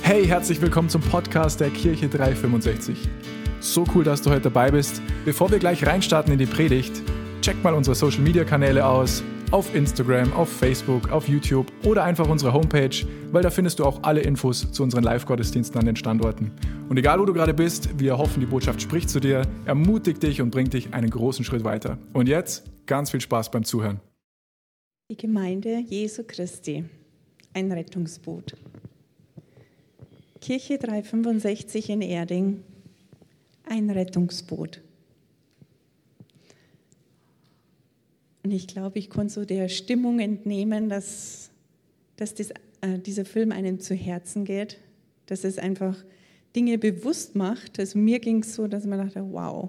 Hey, herzlich willkommen zum Podcast der Kirche 365. So cool, dass du heute dabei bist. Bevor wir gleich reinstarten in die Predigt, check mal unsere Social-Media-Kanäle aus. Auf Instagram, auf Facebook, auf YouTube oder einfach unsere Homepage, weil da findest du auch alle Infos zu unseren Live-Gottesdiensten an den Standorten. Und egal, wo du gerade bist, wir hoffen, die Botschaft spricht zu dir, ermutigt dich und bringt dich einen großen Schritt weiter. Und jetzt ganz viel Spaß beim Zuhören. Die Gemeinde Jesu Christi, ein Rettungsboot. Kirche 365 in Erding, ein Rettungsboot. Und ich glaube, ich konnte so der Stimmung entnehmen, dass dieser Film einem zu Herzen geht, dass es einfach Dinge bewusst macht. Also mir ging es so, dass man dachte, wow.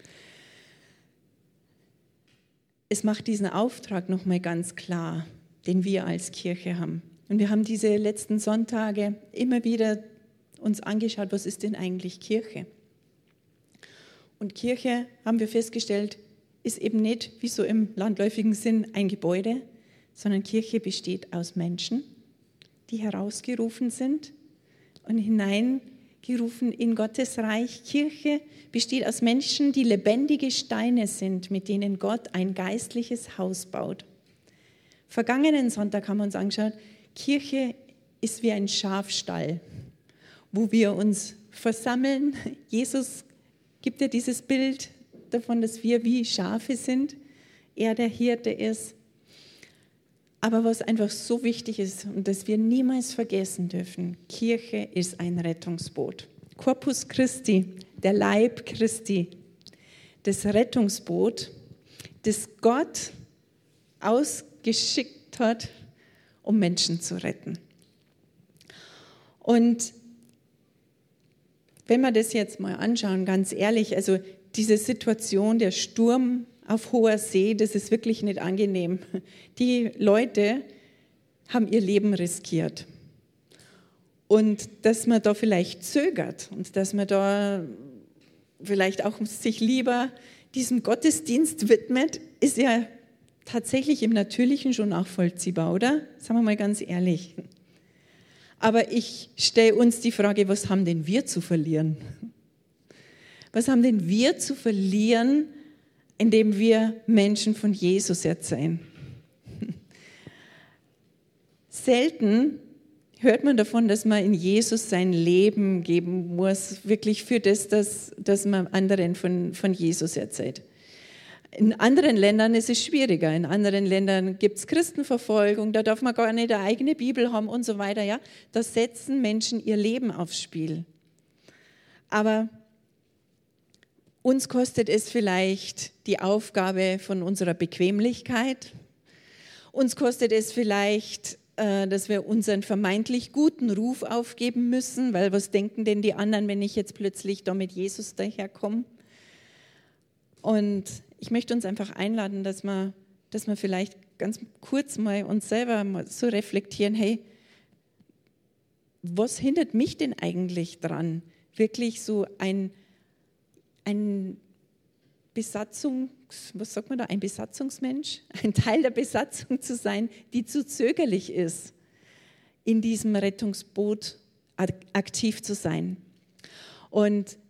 Es macht diesen Auftrag nochmal ganz klar, den wir als Kirche haben. Und wir haben diese letzten Sonntage immer wieder uns angeschaut, was ist denn eigentlich Kirche? Und Kirche, haben wir festgestellt, ist eben nicht, wie so im landläufigen Sinn, ein Gebäude, sondern Kirche besteht aus Menschen, die herausgerufen sind und hineingerufen in Gottes Reich. Kirche besteht aus Menschen, die lebendige Steine sind, mit denen Gott ein geistliches Haus baut. Vergangenen Sonntag haben wir uns angeschaut, Kirche ist wie ein Schafstall, wo wir uns versammeln. Jesus gibt ja dieses Bild davon, dass wir wie Schafe sind, er der Hirte ist. Aber was einfach so wichtig ist und das wir niemals vergessen dürfen, Kirche ist ein Rettungsboot. Corpus Christi, der Leib Christi, das Rettungsboot, das Gott ausgeschickt hat, um Menschen zu retten. Und wenn wir das jetzt mal anschauen, ganz ehrlich, also diese Situation, der Sturm auf hoher See, das ist wirklich nicht angenehm. Die Leute haben ihr Leben riskiert. Und dass man da vielleicht zögert und dass man da vielleicht auch sich lieber diesem Gottesdienst widmet, ist ja tatsächlich im Natürlichen schon nachvollziehbar, oder? Sagen wir mal ganz ehrlich. Aber ich stelle uns die Frage, was haben denn wir zu verlieren? Was haben denn wir zu verlieren, indem wir Menschen von Jesus erzählen? Selten hört man davon, dass man in Jesus sein Leben geben muss, wirklich für das, dass man anderen von Jesus erzählt. In anderen Ländern ist es schwieriger. In anderen Ländern gibt es Christenverfolgung, da darf man gar nicht eine eigene Bibel haben und so weiter. Ja? Da setzen Menschen ihr Leben aufs Spiel. Aber uns kostet es vielleicht die Aufgabe von unserer Bequemlichkeit. Uns kostet es vielleicht, dass wir unseren vermeintlich guten Ruf aufgeben müssen, weil was denken denn die anderen, wenn ich jetzt plötzlich da mit Jesus daherkomme? Und ich möchte uns einfach einladen, dass wir vielleicht ganz kurz mal uns selber mal so reflektieren, hey, was hindert mich denn eigentlich dran, wirklich so ein Besatzungsmensch, ein Teil der Besatzung zu sein, die zu zögerlich ist, in diesem Rettungsboot aktiv zu sein. Und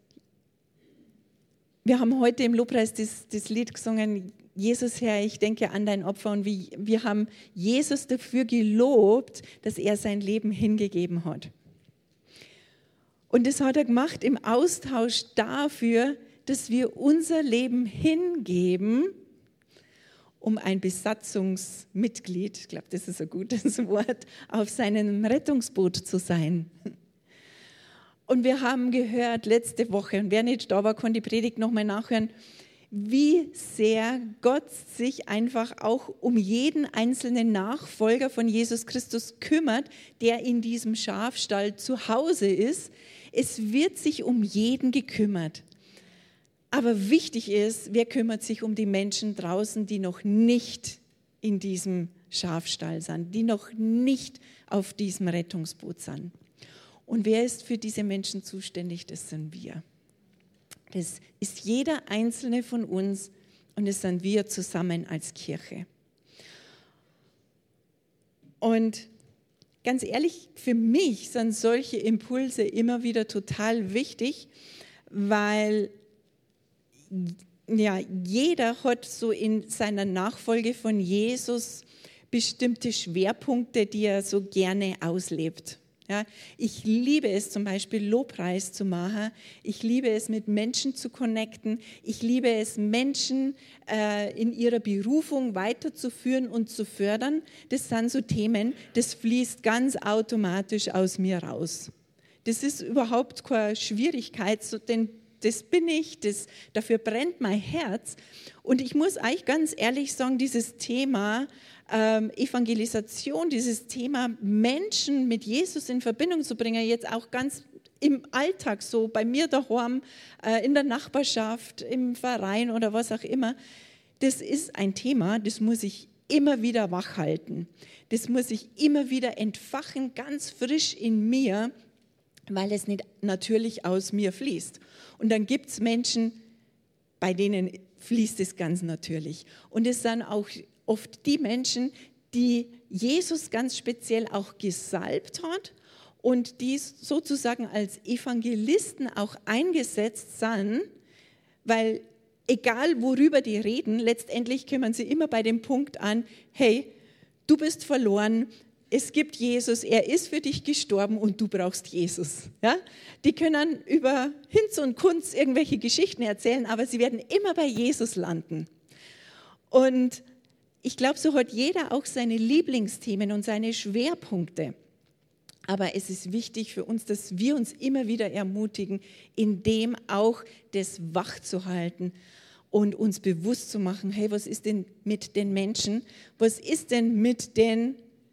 wir haben heute im Lobpreis das Lied gesungen, Jesus Herr, ich denke an dein Opfer, und wir haben Jesus dafür gelobt, dass er sein Leben hingegeben hat. Und das hat er gemacht im Austausch dafür, dass wir unser Leben hingeben, um ein Besatzungsmitglied, ich glaube, das ist ein gutes Wort, auf seinem Rettungsboot zu sein. Und wir haben gehört letzte Woche, und wer nicht da war, kann die Predigt nochmal nachhören, wie sehr Gott sich einfach auch um jeden einzelnen Nachfolger von Jesus Christus kümmert, der in diesem Schafstall zu Hause ist. Es wird sich um jeden gekümmert. Aber wichtig ist, wer kümmert sich um die Menschen draußen, die noch nicht in diesem Schafstall sind, die noch nicht auf diesem Rettungsboot sind. Und wer ist für diese Menschen zuständig? Das sind wir. Das ist jeder einzelne von uns und es sind wir zusammen als Kirche. Und ganz ehrlich, für mich sind solche Impulse immer wieder total wichtig, weil ja, jeder hat so in seiner Nachfolge von Jesus bestimmte Schwerpunkte, die er so gerne auslebt. Ja, ich liebe es zum Beispiel, Lobpreis zu machen. Ich liebe es, mit Menschen zu connecten. Ich liebe es, Menschen in ihrer Berufung weiterzuführen und zu fördern. Das sind so Themen, das fließt ganz automatisch aus mir raus. Das ist überhaupt keine Schwierigkeit, denn das bin ich, dafür brennt mein Herz. Und ich muss eigentlich ganz ehrlich sagen, dieses Thema Evangelisation, dieses Thema Menschen mit Jesus in Verbindung zu bringen, jetzt auch ganz im Alltag so, bei mir daheim, in der Nachbarschaft, im Verein oder was auch immer, das ist ein Thema, das muss ich immer wieder wachhalten. Das muss ich immer wieder entfachen, ganz frisch in mir, weil es nicht natürlich aus mir fließt. Und dann gibt es Menschen, bei denen fließt es ganz natürlich. Und es sind auch oft die Menschen, die Jesus ganz speziell auch gesalbt hat und die sozusagen als Evangelisten auch eingesetzt sind, weil egal worüber die reden, letztendlich kommen sie immer bei dem Punkt an, hey, du bist verloren, es gibt Jesus, er ist für dich gestorben und du brauchst Jesus. Ja? Die können über Hinz und Kunz irgendwelche Geschichten erzählen, aber sie werden immer bei Jesus landen. Und ich glaube, so hat jeder auch seine Lieblingsthemen und seine Schwerpunkte. Aber es ist wichtig für uns, dass wir uns immer wieder ermutigen, in dem auch das wach zu halten und uns bewusst zu machen, hey, was ist denn mit den Menschen? Was ist denn mit den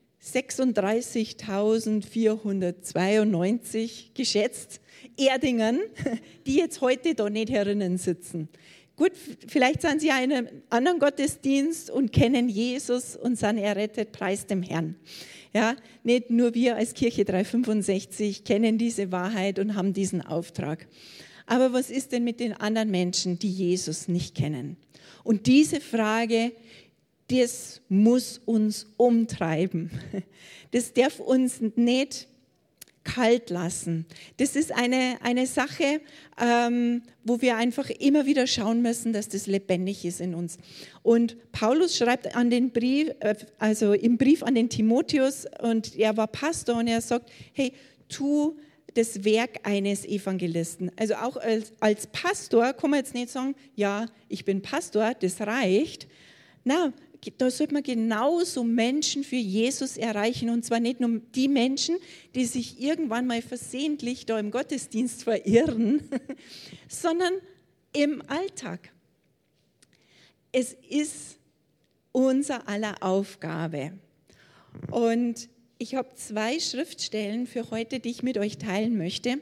36.492 geschätzt Erdingern, die jetzt heute da nicht herinnen sitzen? Gut, vielleicht sind sie ja in einem anderen Gottesdienst und kennen Jesus und sind errettet, preis dem Herrn. Ja, nicht nur wir als Kirche 365 kennen diese Wahrheit und haben diesen Auftrag. Aber was ist denn mit den anderen Menschen, die Jesus nicht kennen? Und diese Frage, das muss uns umtreiben. Das darf uns nicht kalt lassen. Das ist eine Sache, wo wir einfach immer wieder schauen müssen, dass das lebendig ist in uns. Und Paulus schreibt im Brief an den Timotheus, und er war Pastor, und er sagt, hey, tu das Werk eines Evangelisten. Also auch als Pastor kann man jetzt nicht sagen, ja, ich bin Pastor, das reicht. Na, da sollte man genauso Menschen für Jesus erreichen, und zwar nicht nur die Menschen, die sich irgendwann mal versehentlich da im Gottesdienst verirren, sondern im Alltag. Es ist unser aller Aufgabe. Und ich habe 2 Schriftstellen für heute, die ich mit euch teilen möchte.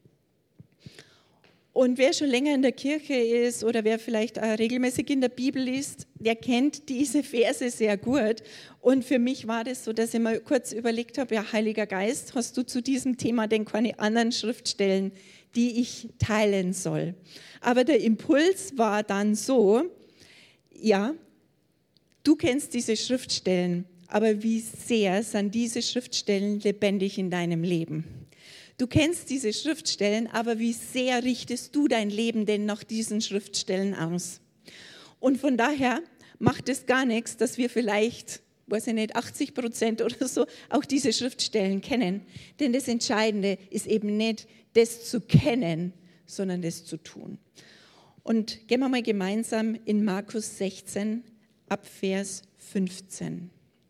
Und wer schon länger in der Kirche ist oder wer vielleicht regelmäßig in der Bibel liest, der kennt diese Verse sehr gut. Und für mich war das so, dass ich mal kurz überlegt habe, ja, Heiliger Geist, hast du zu diesem Thema denn keine anderen Schriftstellen, die ich teilen soll? Aber der Impuls war dann so, ja, du kennst diese Schriftstellen, aber wie sehr sind diese Schriftstellen lebendig in deinem Leben? Du kennst diese Schriftstellen, aber wie sehr richtest du dein Leben denn nach diesen Schriftstellen aus? Und von daher macht es gar nichts, dass wir vielleicht, weiß ich nicht, 80% oder so auch diese Schriftstellen kennen. Denn das Entscheidende ist eben nicht, das zu kennen, sondern das zu tun. Und gehen wir mal gemeinsam in Markus 16 ab Vers 15.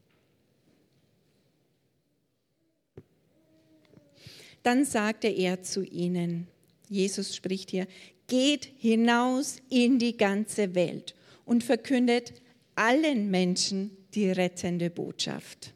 Dann sagte er zu ihnen, Jesus spricht hier, geht hinaus in die ganze Welt und verkündet allen Menschen die rettende Botschaft.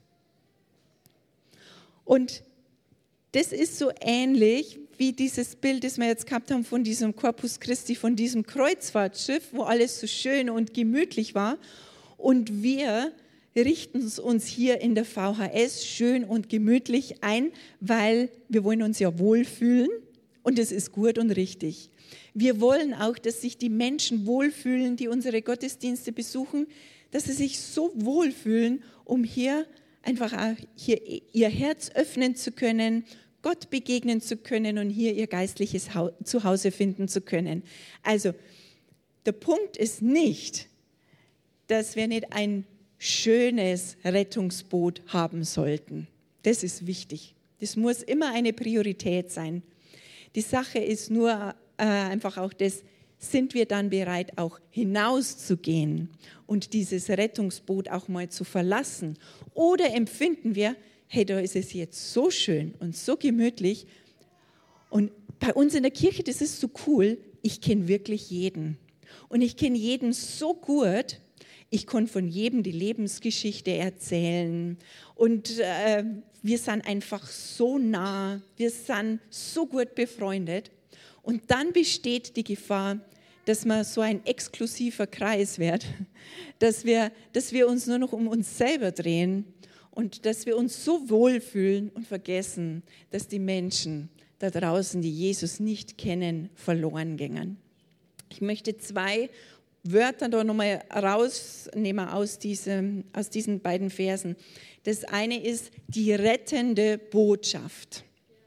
Und das ist so ähnlich wie dieses Bild, das wir jetzt gehabt haben von diesem Corpus Christi, von diesem Kreuzfahrtschiff, wo alles so schön und gemütlich war. Und wir richten uns hier in der VHS schön und gemütlich ein, weil wir wollen uns ja wohlfühlen und es ist gut und richtig. Wir wollen auch, dass sich die Menschen wohlfühlen, die unsere Gottesdienste besuchen, dass sie sich so wohlfühlen, um hier einfach auch hier ihr Herz öffnen zu können, Gott begegnen zu können und hier ihr geistliches Zuhause finden zu können. Also der Punkt ist nicht, dass wir nicht ein schönes Rettungsboot haben sollten. Das ist wichtig. Das muss immer eine Priorität sein. Die Sache ist nur einfach auch das, sind wir dann bereit, auch hinauszugehen und dieses Rettungsboot auch mal zu verlassen? Oder empfinden wir, hey, da ist es jetzt so schön und so gemütlich. Und bei uns in der Kirche, das ist so cool, ich kenne wirklich jeden. Und ich kenne jeden so gut, ich kann von jedem die Lebensgeschichte erzählen. Und wir sind einfach so nah, wir sind so gut befreundet. Und dann besteht die Gefahr, dass man so ein exklusiver Kreis wird, dass wir uns nur noch um uns selber drehen und dass wir uns so wohlfühlen und vergessen, dass die Menschen da draußen, die Jesus nicht kennen, verloren gingen. Ich möchte 2 Wörter da nochmal rausnehmen aus diesen beiden Versen. Das eine ist die rettende Botschaft.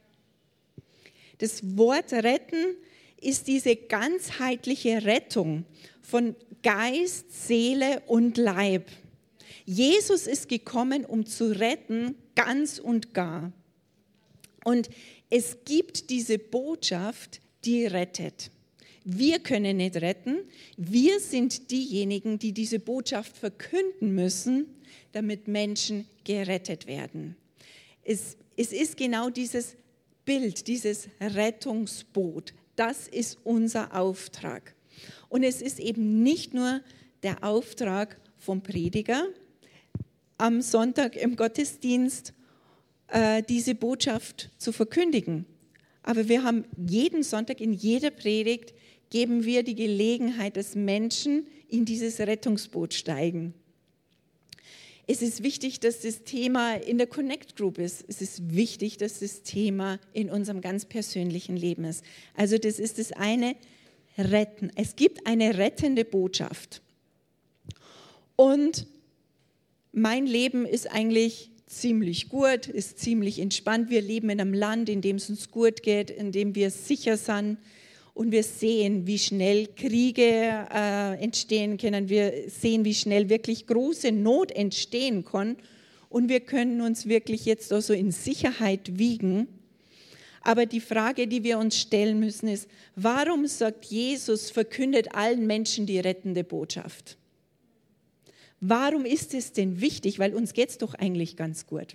Das Wort retten ist diese ganzheitliche Rettung von Geist, Seele und Leib. Jesus ist gekommen, um zu retten, ganz und gar. Und es gibt diese Botschaft, die rettet. Wir können nicht retten, wir sind diejenigen, die diese Botschaft verkünden müssen, damit Menschen gerettet werden. Es ist genau dieses Bild, dieses Rettungsboot. Das ist unser Auftrag. Und es ist eben nicht nur der Auftrag vom Prediger, am Sonntag im Gottesdienst diese Botschaft zu verkündigen. Aber wir haben jeden Sonntag, in jeder Predigt, geben wir die Gelegenheit, dass Menschen in dieses Rettungsboot steigen. Es ist wichtig, dass das Thema in der Connect Group ist. Es ist wichtig, dass das Thema in unserem ganz persönlichen Leben ist. Also das ist das eine, retten. Es gibt eine rettende Botschaft. Und mein Leben ist eigentlich ziemlich gut, ist ziemlich entspannt. Wir leben in einem Land, in dem es uns gut geht, in dem wir sicher sind. Und wir sehen, wie schnell Kriege entstehen können. Wir sehen, wie schnell wirklich große Not entstehen kann. Und wir können uns wirklich jetzt auch so in Sicherheit wiegen. Aber die Frage, die wir uns stellen müssen, ist, warum sagt Jesus, verkündet allen Menschen die rettende Botschaft? Warum ist es denn wichtig? Weil uns geht es doch eigentlich ganz gut.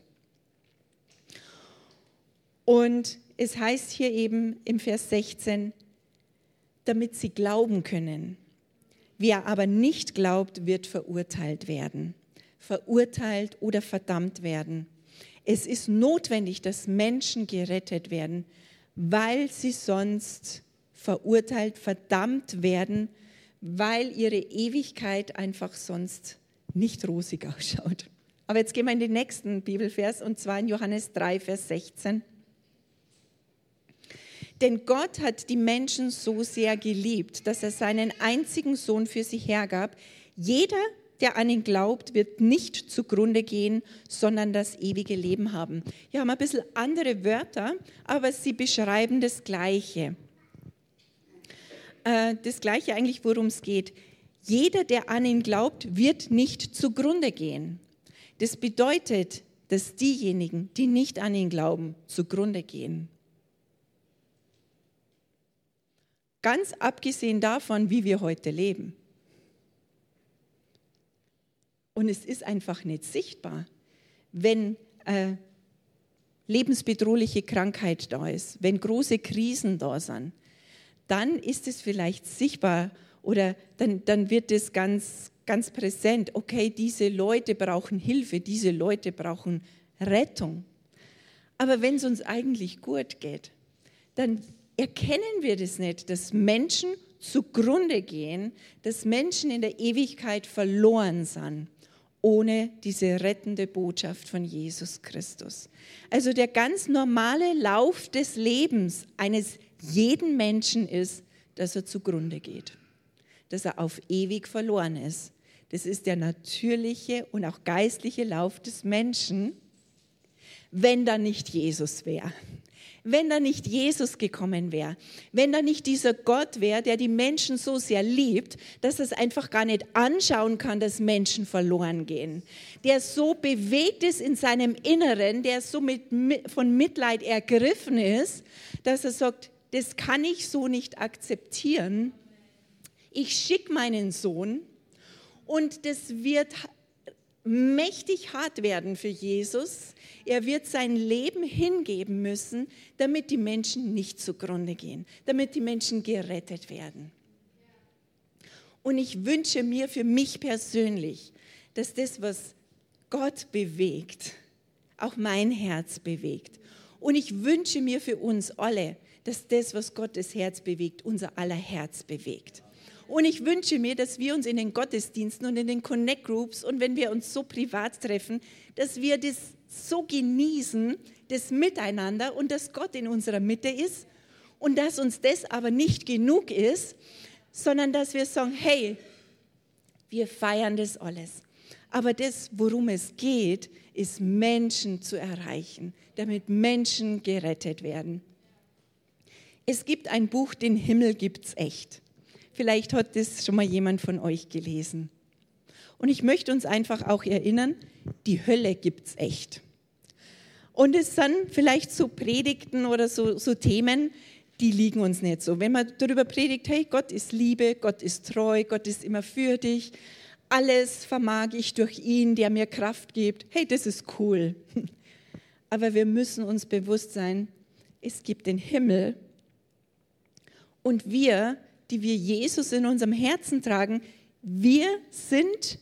Und es heißt hier eben im Vers 16, damit sie glauben können. Wer aber nicht glaubt, wird verurteilt werden. Verurteilt oder verdammt werden. Es ist notwendig, dass Menschen gerettet werden, weil sie sonst verurteilt, verdammt werden, weil ihre Ewigkeit einfach sonst nicht rosig ausschaut. Aber jetzt gehen wir in den nächsten Bibelvers, und zwar in Johannes 3, Vers 16. Denn Gott hat die Menschen so sehr geliebt, dass er seinen einzigen Sohn für sie hergab. Jeder, der an ihn glaubt, wird nicht zugrunde gehen, sondern das ewige Leben haben. Hier haben wir ein bisschen andere Wörter, aber sie beschreiben das Gleiche. Das Gleiche eigentlich, worum es geht. Jeder, der an ihn glaubt, wird nicht zugrunde gehen. Das bedeutet, dass diejenigen, die nicht an ihn glauben, zugrunde gehen. Ganz abgesehen davon, wie wir heute leben. Und es ist einfach nicht sichtbar, wenn lebensbedrohliche Krankheit da ist, wenn große Krisen da sind, dann ist es vielleicht sichtbar oder dann wird es ganz, ganz präsent. Okay, diese Leute brauchen Hilfe, diese Leute brauchen Rettung. Aber wenn es uns eigentlich gut geht, dann erkennen wir das nicht, dass Menschen zugrunde gehen, dass Menschen in der Ewigkeit verloren sind, ohne diese rettende Botschaft von Jesus Christus. Also der ganz normale Lauf des Lebens eines jeden Menschen ist, dass er zugrunde geht, dass er auf ewig verloren ist, Das ist der natürliche und auch geistliche Lauf des Menschen, wenn da nicht Jesus wäre. Wenn da nicht Jesus gekommen wäre, wenn da nicht dieser Gott wäre, der die Menschen so sehr liebt, dass er es einfach gar nicht anschauen kann, dass Menschen verloren gehen, der so bewegt ist in seinem Inneren, der so von Mitleid ergriffen ist, dass er sagt, das kann ich so nicht akzeptieren. Ich schicke meinen Sohn und das wird mächtig hart werden für Jesus. Er wird sein Leben hingeben müssen, damit die Menschen nicht zugrunde gehen, damit die Menschen gerettet werden. Und ich wünsche mir für mich persönlich, dass das, was Gott bewegt, auch mein Herz bewegt. Und ich wünsche mir für uns alle, dass das, was Gottes Herz bewegt, unser aller Herz bewegt. Und ich wünsche mir, dass wir uns in den Gottesdiensten und in den Connect Groups und wenn wir uns so privat treffen, dass wir das so genießen, das Miteinander und dass Gott in unserer Mitte ist und dass uns das aber nicht genug ist, sondern dass wir sagen, hey, wir feiern das alles. Aber das, worum es geht, ist Menschen zu erreichen, damit Menschen gerettet werden. Es gibt ein Buch, den Himmel gibt's echt. Vielleicht hat das schon mal jemand von euch gelesen. Und ich möchte uns einfach auch erinnern, die Hölle gibt's echt. Und es sind vielleicht so Predigten oder so Themen, die liegen uns nicht so. Wenn man darüber predigt, hey, Gott ist Liebe, Gott ist treu, Gott ist immer für dich, alles vermag ich durch ihn, der mir Kraft gibt, hey, das ist cool. Aber wir müssen uns bewusst sein, es gibt den Himmel und wir, die wir Jesus in unserem Herzen tragen, wir sind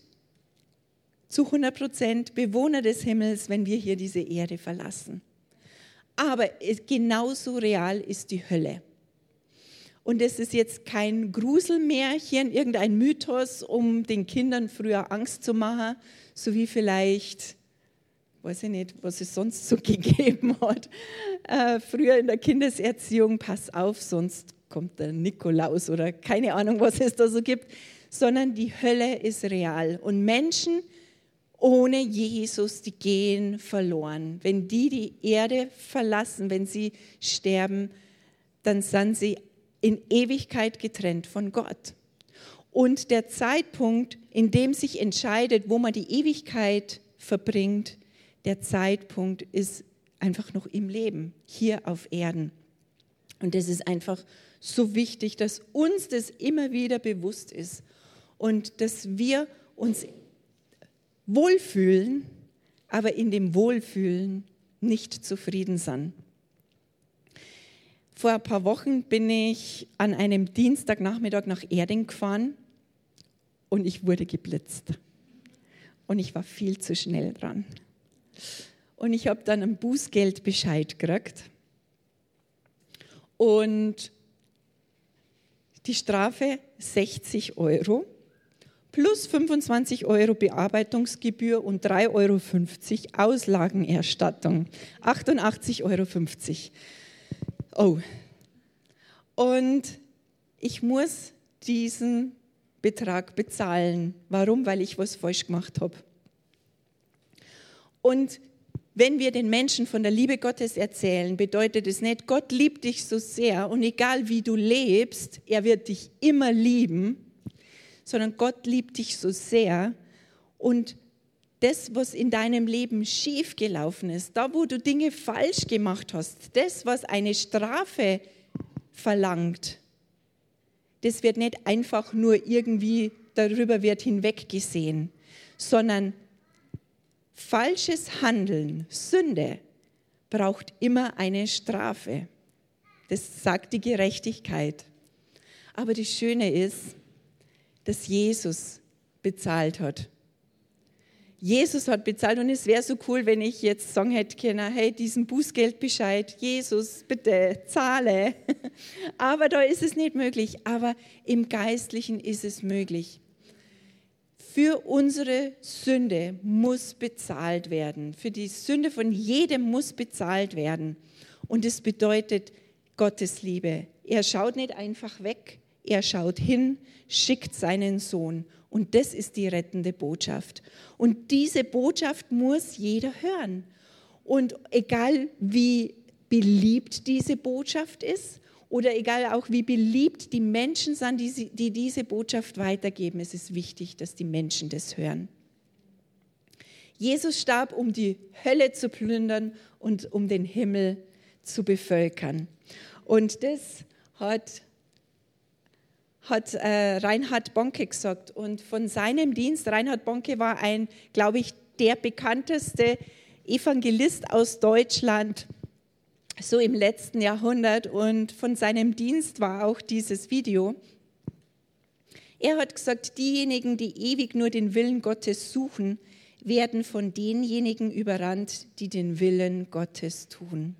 zu 100% Bewohner des Himmels, wenn wir hier diese Erde verlassen. Aber genauso real ist die Hölle. Und es ist jetzt kein Gruselmärchen, irgendein Mythos, um den Kindern früher Angst zu machen, so wie vielleicht, weiß ich nicht, was es sonst so gegeben hat, früher in der Kindeserziehung, pass auf, sonst kommt der Nikolaus oder keine Ahnung, was es da so gibt, sondern die Hölle ist real. Und Menschen ohne Jesus, die gehen verloren. Wenn die Erde verlassen, wenn sie sterben, dann sind sie in Ewigkeit getrennt von Gott. Und der Zeitpunkt, in dem sich entscheidet, wo man die Ewigkeit verbringt, der Zeitpunkt ist einfach noch im Leben, hier auf Erden. Und das ist einfach so wichtig, dass uns das immer wieder bewusst ist und dass wir uns wohlfühlen, aber in dem Wohlfühlen nicht zufrieden sind. Vor ein paar Wochen bin ich an einem Dienstagnachmittag nach Erding gefahren und ich wurde geblitzt. Und ich war viel zu schnell dran. Und ich habe dann einen Bußgeldbescheid gekriegt. Und die Strafe 60 € plus 25 € Bearbeitungsgebühr und 3,50 € Auslagenerstattung. 88,50 €. Oh. Und ich muss diesen Betrag bezahlen. Warum? Weil ich was falsch gemacht habe. Und wenn wir den Menschen von der Liebe Gottes erzählen, bedeutet es nicht, Gott liebt dich so sehr und egal wie du lebst, er wird dich immer lieben, sondern Gott liebt dich so sehr und das, was in deinem Leben schiefgelaufen ist, da wo du Dinge falsch gemacht hast, das, was eine Strafe verlangt, das wird nicht einfach nur irgendwie, darüber wird hinweggesehen, sondern falsches Handeln, Sünde, braucht immer eine Strafe. Das sagt die Gerechtigkeit. Aber das Schöne ist, dass Jesus bezahlt hat. Jesus hat bezahlt und es wäre so cool, wenn ich jetzt sagen hätte können, hey, diesen Bußgeldbescheid, Jesus, bitte, zahle. Aber da ist es nicht möglich. Aber im Geistlichen ist es möglich. Für unsere Sünde muss bezahlt werden. Für die Sünde von jedem muss bezahlt werden. Und es bedeutet Gottes Liebe. Er schaut nicht einfach weg, er schaut hin, schickt seinen Sohn. Und das ist die rettende Botschaft. Und diese Botschaft muss jeder hören. Und egal wie beliebt diese Botschaft ist oder egal auch wie beliebt die Menschen sind, die diese Botschaft weitergeben, es ist wichtig, dass die Menschen das hören. Jesus starb, um die Hölle zu plündern und um den Himmel zu bevölkern. Und das hat Reinhard Bonke gesagt. Und von seinem Dienst, Reinhard Bonke war glaube ich, der bekannteste Evangelist aus Deutschland, so im letzten Jahrhundert. Und von seinem Dienst war auch dieses Video. Er hat gesagt, diejenigen, die ewig nur den Willen Gottes suchen, werden von denjenigen überrannt, die den Willen Gottes tun.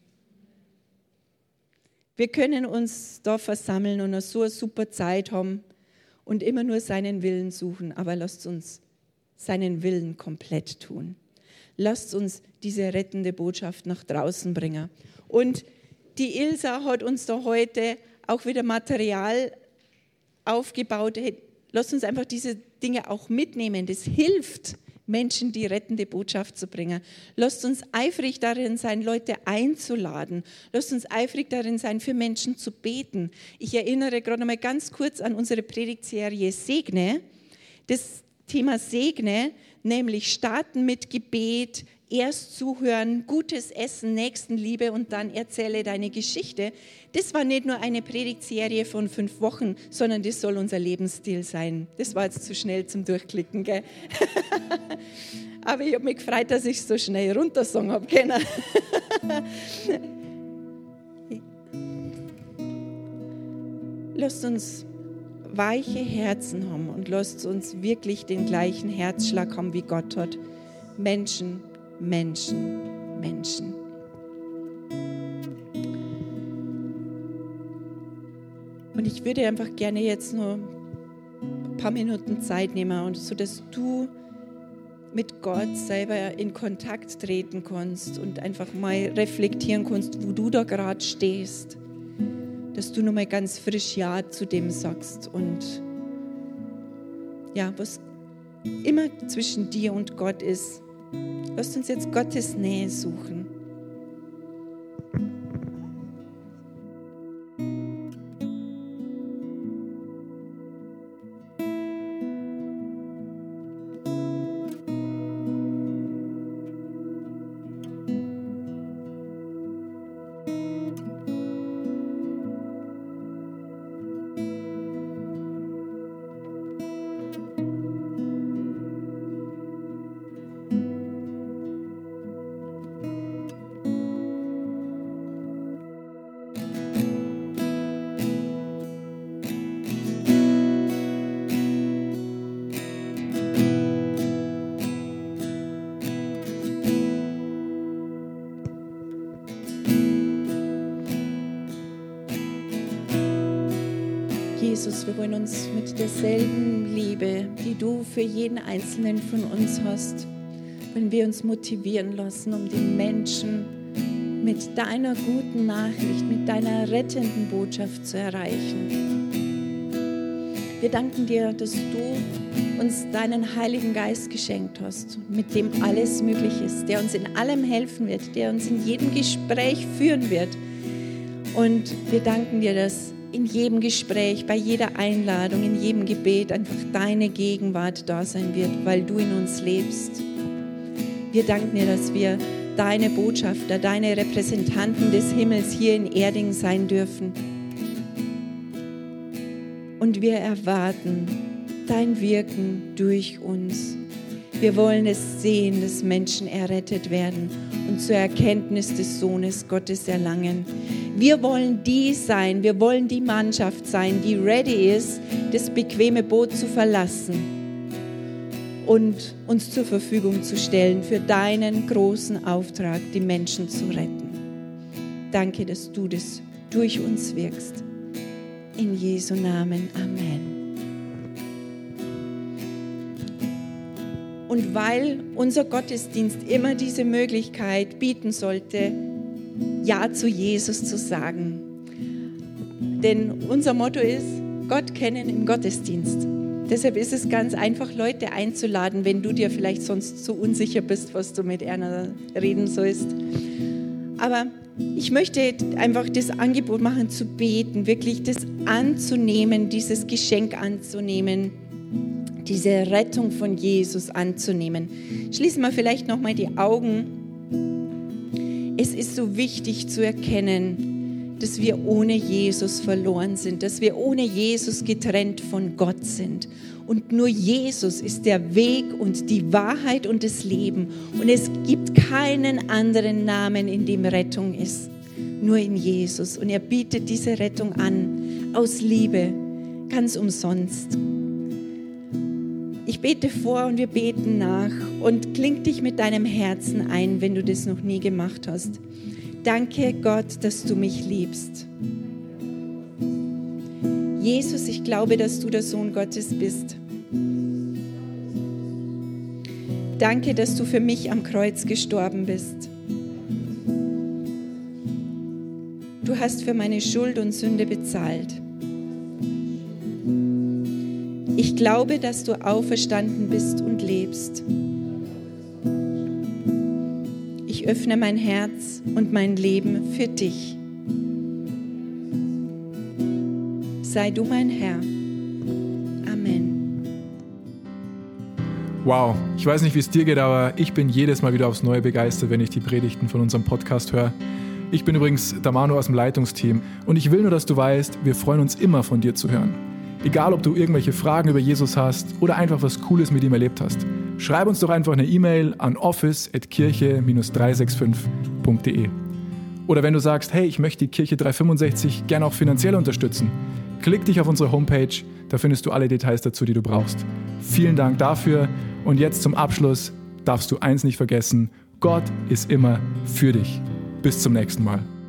Wir können uns da versammeln und so eine super Zeit haben und immer nur seinen Willen suchen, aber lasst uns seinen Willen komplett tun. Lasst uns diese rettende Botschaft nach draußen bringen. Und die Ilsa hat uns da heute auch wieder Material aufgebaut. Lasst uns einfach diese Dinge auch mitnehmen. Das hilft, Menschen die rettende Botschaft zu bringen. Lasst uns eifrig darin sein, Leute einzuladen. Lasst uns eifrig darin sein, für Menschen zu beten. Ich erinnere gerade noch mal ganz kurz an unsere Predigtserie Segne. Das Thema Segne, nämlich starten mit Gebet, erst zuhören, gutes Essen, Nächstenliebe und dann erzähle deine Geschichte. Das war nicht nur eine Predigtserie von 5 Wochen, sondern das soll unser Lebensstil sein. Das war jetzt zu schnell zum Durchklicken, gell? Aber ich habe mich gefreut, dass ich es so schnell runtersagen habe können. Lasst uns weiche Herzen haben und lasst uns wirklich den gleichen Herzschlag haben, wie Gott hat. Menschen, Menschen, Menschen. Und ich würde einfach gerne jetzt nur ein paar Minuten Zeit nehmen, und so dass du mit Gott selber in Kontakt treten kannst und einfach mal reflektieren kannst, wo du da gerade stehst. Dass du nochmal ganz frisch Ja zu dem sagst und ja, was immer zwischen dir und Gott ist. Lasst uns jetzt Gottes Nähe suchen. Jesus, wir wollen uns mit derselben Liebe, die du für jeden Einzelnen von uns hast, wenn wir uns motivieren lassen, um den Menschen mit deiner guten Nachricht, mit deiner rettenden Botschaft zu erreichen. Wir danken dir, dass du uns deinen Heiligen Geist geschenkt hast, mit dem alles möglich ist, der uns in allem helfen wird, der uns in jedem Gespräch führen wird. Und wir danken dir, dass in jedem Gespräch, bei jeder Einladung, in jedem Gebet einfach deine Gegenwart da sein wird, weil du in uns lebst. Wir danken dir, dass wir deine Botschafter, deine Repräsentanten des Himmels hier in Erding sein dürfen. Und wir erwarten dein Wirken durch uns. Wir wollen es sehen, dass Menschen errettet werden und zur Erkenntnis des Sohnes Gottes erlangen. Wir wollen die sein, wir wollen die Mannschaft sein, die ready ist, das bequeme Boot zu verlassen und uns zur Verfügung zu stellen für deinen großen Auftrag, die Menschen zu retten. Danke, dass du das durch uns wirkst. In Jesu Namen. Amen. Und weil unser Gottesdienst immer diese Möglichkeit bieten sollte, Ja zu Jesus zu sagen. Denn unser Motto ist, Gott kennen im Gottesdienst. Deshalb ist es ganz einfach, Leute einzuladen, wenn du dir vielleicht sonst so unsicher bist, was du mit einer reden sollst. Aber ich möchte einfach das Angebot machen, zu beten, wirklich das anzunehmen, dieses Geschenk anzunehmen, diese Rettung von Jesus anzunehmen. Schließen wir vielleicht nochmal die Augen. Es ist so wichtig zu erkennen, dass wir ohne Jesus verloren sind, dass wir ohne Jesus getrennt von Gott sind. Und nur Jesus ist der Weg und die Wahrheit und das Leben. Und es gibt keinen anderen Namen, in dem Rettung ist, nur in Jesus. Und er bietet diese Rettung an, aus Liebe, ganz umsonst. Ich bete vor und wir beten nach und kling dich mit deinem Herzen ein, wenn du das noch nie gemacht hast. Danke Gott, dass du mich liebst. Jesus, ich glaube, dass du der Sohn Gottes bist. Danke, dass du für mich am Kreuz gestorben bist. Du hast für meine Schuld und Sünde bezahlt. Ich glaube, dass du auferstanden bist und lebst. Ich öffne mein Herz und mein Leben für dich. Sei du mein Herr. Amen. Wow, ich weiß nicht, wie es dir geht, aber ich bin jedes Mal wieder aufs Neue begeistert, wenn ich die Predigten von unserem Podcast höre. Ich bin übrigens der Manu aus dem Leitungsteam und ich will nur, dass du weißt, wir freuen uns immer von dir zu hören. Egal, ob du irgendwelche Fragen über Jesus hast oder einfach was Cooles mit ihm erlebt hast. Schreib uns doch einfach eine E-Mail an office@kirche-365.de. Oder wenn du sagst, hey, ich möchte die Kirche 365 gerne auch finanziell unterstützen, klick dich auf unsere Homepage, da findest du alle Details dazu, die du brauchst. Vielen Dank dafür und jetzt zum Abschluss darfst du eins nicht vergessen, Gott ist immer für dich. Bis zum nächsten Mal.